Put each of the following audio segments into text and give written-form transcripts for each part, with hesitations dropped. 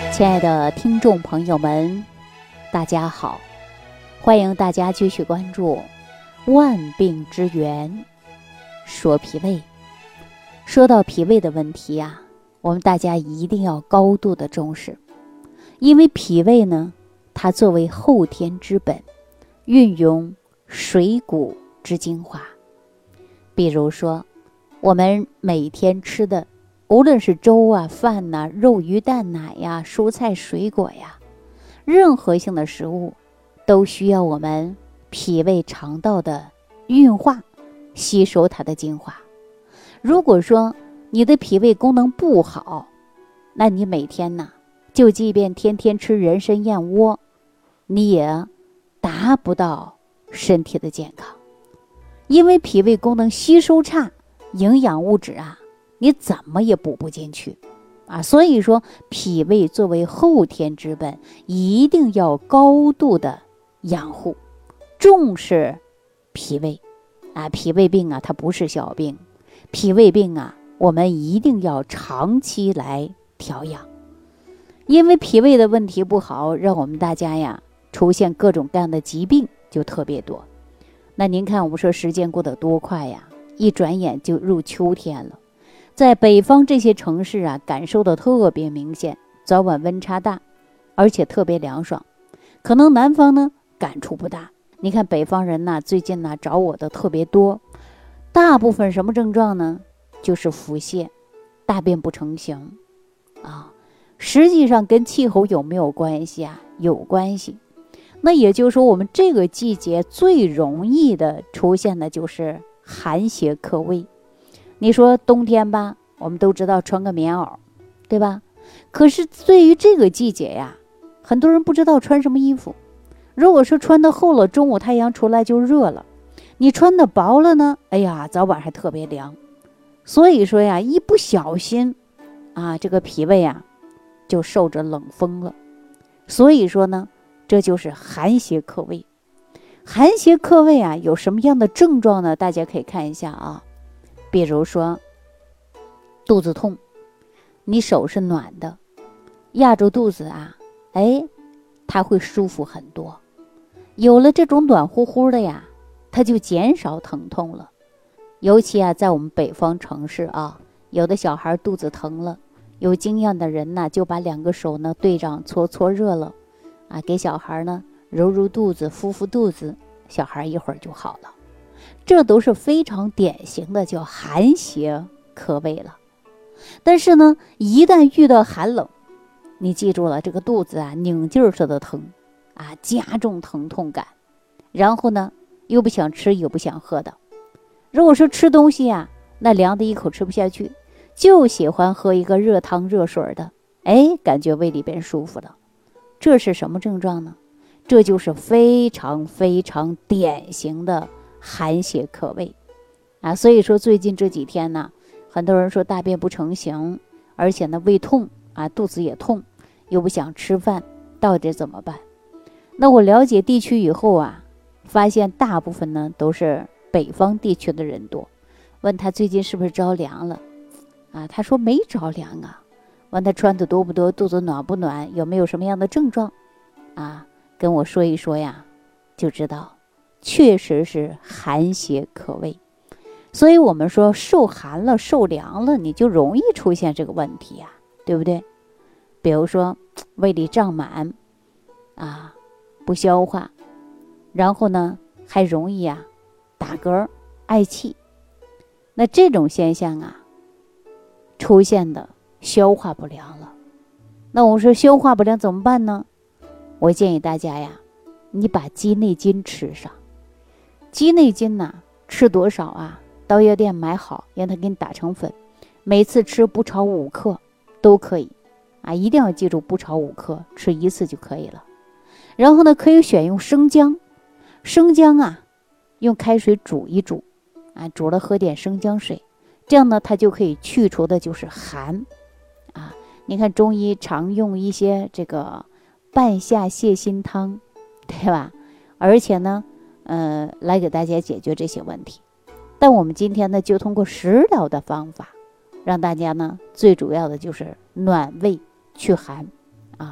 亲爱的听众朋友们，大家好，欢迎大家继续关注万病之源说脾胃。说到脾胃的问题啊，我们大家一定要高度的重视，因为脾胃呢，它作为后天之本，运用水谷之精华。比如说我们每天吃的无论是粥啊、饭呐、肉、鱼、蛋、奶呀、蔬菜、水果呀，任何性的食物都需要我们脾胃肠道的运化，吸收它的精华。如果说你的脾胃功能不好，那你每天呢，就即便天天吃人参燕窝，你也达不到身体的健康。因为脾胃功能吸收差，营养物质啊你怎么也补不进去啊！所以说脾胃作为后天之本，一定要高度的养护，重视脾胃啊！脾胃病啊，它不是小病，脾胃病啊，我们一定要长期来调养。因为脾胃的问题不好，让我们大家呀出现各种各样的疾病就特别多。那您看我们说时间过得多快呀，一转眼就入秋天了。在北方这些城市啊，感受的特别明显，早晚温差大，而且特别凉爽。可能南方呢感触不大。你看北方人呢，最近呢找我的特别多，大部分什么症状呢？就是腹泻、大便不成形啊。实际上跟气候有没有关系啊？有关系。那也就是说，我们这个季节最容易的出现的就是寒邪克胃。你说冬天吧，我们都知道穿个棉袄，对吧？可是对于这个季节呀，很多人不知道穿什么衣服。如果说穿的厚了，中午太阳出来就热了；你穿的薄了呢，哎呀，早晚还特别凉。所以说呀，一不小心啊，这个脾胃啊就受着冷风了。所以说呢，这就是寒邪克胃。寒邪克胃啊，有什么样的症状呢？大家可以看一下啊。比如说肚子痛，你手是暖的，压住肚子啊，它会舒服很多。有了这种暖乎乎的呀，它就减少疼痛了。尤其啊，在我们北方城市啊，有的小孩肚子疼了，有经验的人呢，就把两个手呢对上搓热了啊，给小孩呢揉揉肚子、敷敷肚子，小孩一会儿就好了。这都是非常典型的叫寒邪克胃了。但是呢，一旦遇到寒冷，你记住了，这个肚子啊拧劲儿似的疼啊，加重疼痛感，然后呢又不想吃又不想喝的。如果说吃东西啊，那凉的一口吃不下去，就喜欢喝一个热汤热水的，感觉胃里边舒服了。这是什么症状呢？这就是非常非常典型的寒邪克胃啊。所以说最近这几天呢，很多人说大便不成形，而且呢胃痛啊，肚子也痛，又不想吃饭，到底怎么办？那我了解地区以后啊，发现大部分呢都是北方地区的人多。问他最近是不是着凉了啊？他说没着凉啊。问他穿的多不多，肚子暖不暖，有没有什么样的症状啊？跟我说一说呀，就知道确实是寒邪克胃。所以我们说受寒了受凉了，你就容易出现这个问题呀，对不对？比如说胃里胀满啊，不消化，然后呢还容易啊打嗝嗳气。那这种现象啊出现的消化不良了。那我说消化不良怎么办呢？我建议大家呀，你把鸡内金吃上。鸡内金呢，吃多少啊？到药店买好，让它给你打成粉，每次吃不超5克都可以啊，一定要记住不超5克，吃一次就可以了。然后呢，可以选用生姜，生姜啊，用开水煮一煮啊，煮了喝点生姜水，这样呢，它就可以去除的就是寒啊。你看中医常用一些这个半夏泻心汤，对吧？而且呢，来给大家解决这些问题。但我们今天呢，就通过食疗的方法，让大家呢，最主要的就是暖胃祛寒啊。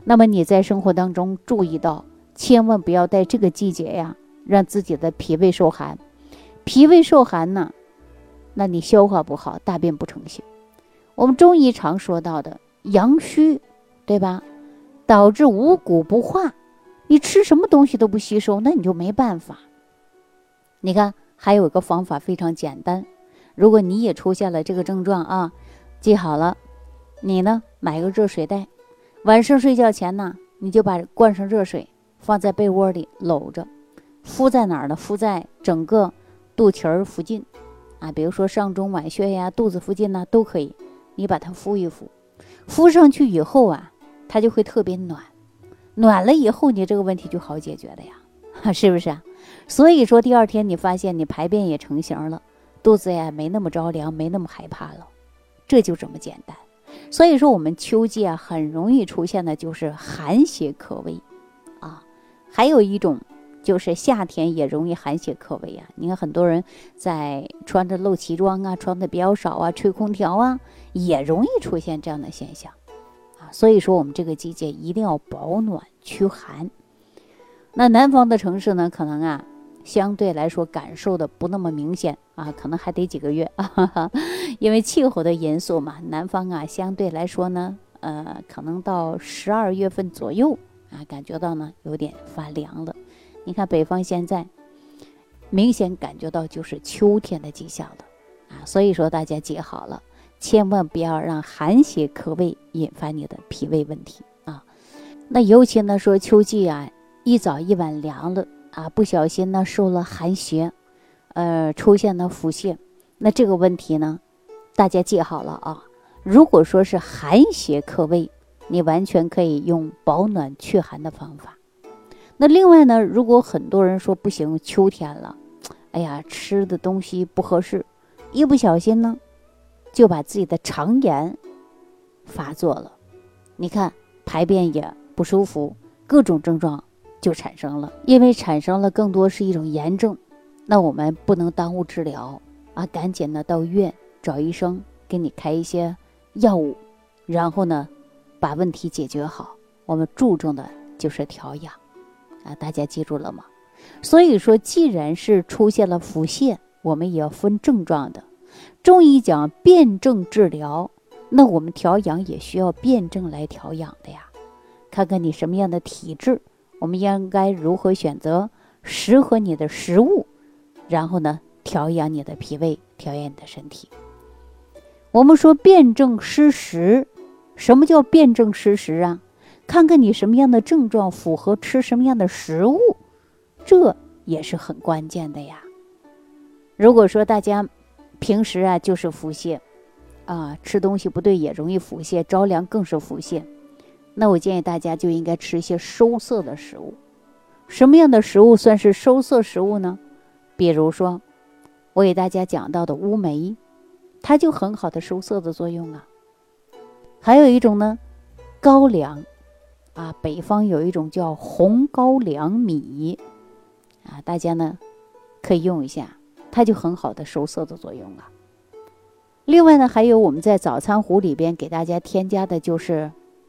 那么你在生活当中注意到，千万不要在这个季节呀，让自己的脾胃受寒。脾胃受寒呢，那你消化不好，大便不成形。我们中医常说到的阳虚，对吧？导致五谷不化，你吃什么东西都不吸收，那你就没办法。你看还有一个方法非常简单，如果你也出现了这个症状啊，记好了，你呢买个热水袋，晚上睡觉前呢，你就把灌上热水，放在被窝里搂着，敷在哪儿呢？敷在整个肚脐儿附近啊，比如说上中脘穴呀、肚子附近呢都可以，你把它敷一敷，敷上去以后啊，它就会特别暖，暖了以后你这个问题就好解决了呀，是不是啊？所以说第二天你发现你排便也成型了，肚子也没那么着凉，没那么害怕了，这就这么简单。所以说我们秋季啊，很容易出现的就是寒邪克胃啊。还有一种就是夏天也容易寒邪克胃啊。你看很多人在穿着露脐装啊，穿的比较少啊，吹空调啊，也容易出现这样的现象啊。所以说我们这个季节一定要保暖驱寒。那南方的城市呢，可能啊相对来说感受的不那么明显啊，可能还得几个月啊，因为气候的因素嘛，南方啊相对来说呢，可能到12月份左右啊，感觉到呢有点发凉了。你看北方现在明显感觉到就是秋天的迹象了啊，所以说大家记好了，千万不要让寒邪克胃，引发你的脾胃问题啊。那尤其呢说秋季啊，一早一晚凉了啊，不小心呢受了寒邪，出现了腹泻，那这个问题呢，大家记好了啊。如果说是寒邪克胃，你完全可以用保暖祛寒的方法。那另外呢，如果很多人说不行，秋天了，哎呀，吃的东西不合适，一不小心呢，就把自己的肠炎发作了。你看排便也不舒服，各种症状就产生了，因为产生了更多是一种炎症，那我们不能耽误治疗啊，赶紧呢到医院找医生给你开一些药物，然后呢把问题解决好。我们注重的就是调养啊，大家记住了吗？所以说既然是出现了腹泻，我们也要分症状的。中医讲辨证治疗，那我们调养也需要辨证来调养的呀。看看你什么样的体质，我们应该如何选择适合你的食物，然后呢调养你的脾胃，调养你的身体。我们说辨证施食，什么叫辨证施食啊？看看你什么样的症状符合吃什么样的食物，这也是很关键的呀。如果说大家平时啊就是腹泻啊，吃东西不对也容易腹泻，着凉更是腹泻，那我建议大家就应该吃一些收涩的食物。什么样的食物算是收涩食物呢？比如说我给大家讲到的乌梅，它就很好的收涩的作用啊。还有一种呢，高粱啊，北方有一种叫红高粱米啊，大家呢可以用一下，它就很好的收涩的作用啊。另外呢，还有我们在早餐壶里边给大家添加的就是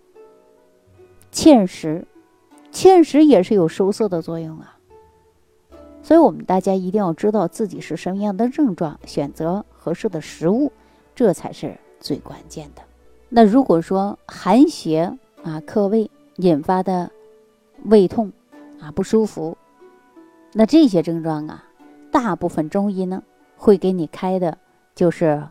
芡实，芡实也是有收涩的作用啊。所以我们大家一定要知道自己是什么样的症状，选择合适的食物，这才是最关键的。那如果说寒邪啊克胃引发的胃痛啊不舒服，那这些症状啊，大部分中医呢会给你开的就是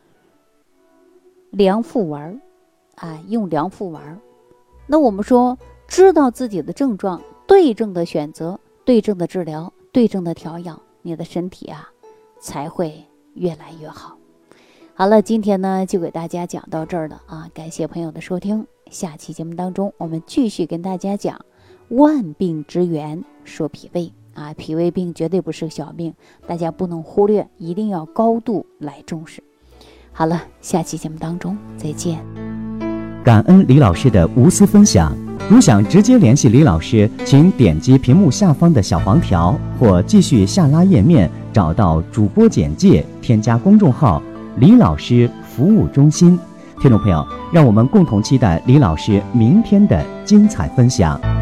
凉附丸啊，用凉附丸。那我们说知道自己的症状，对症的选择，对症的治疗，对症的调养，你的身体啊才会越来越好。好了，今天呢就给大家讲到这儿了啊，感谢朋友的收听。下期节目当中，我们继续跟大家讲万病之源，说脾胃啊，脾胃病绝对不是小病，大家不能忽略，一定要高度来重视。好了，下期节目当中再见。 感恩李老师的无私分享。如想直接联系李老师，请点击屏幕下方的小黄条，或继续下拉页面找到主播简介，添加公众号李老师服务中心， 听众朋友，让我们共同期待李老师明天的精彩分享。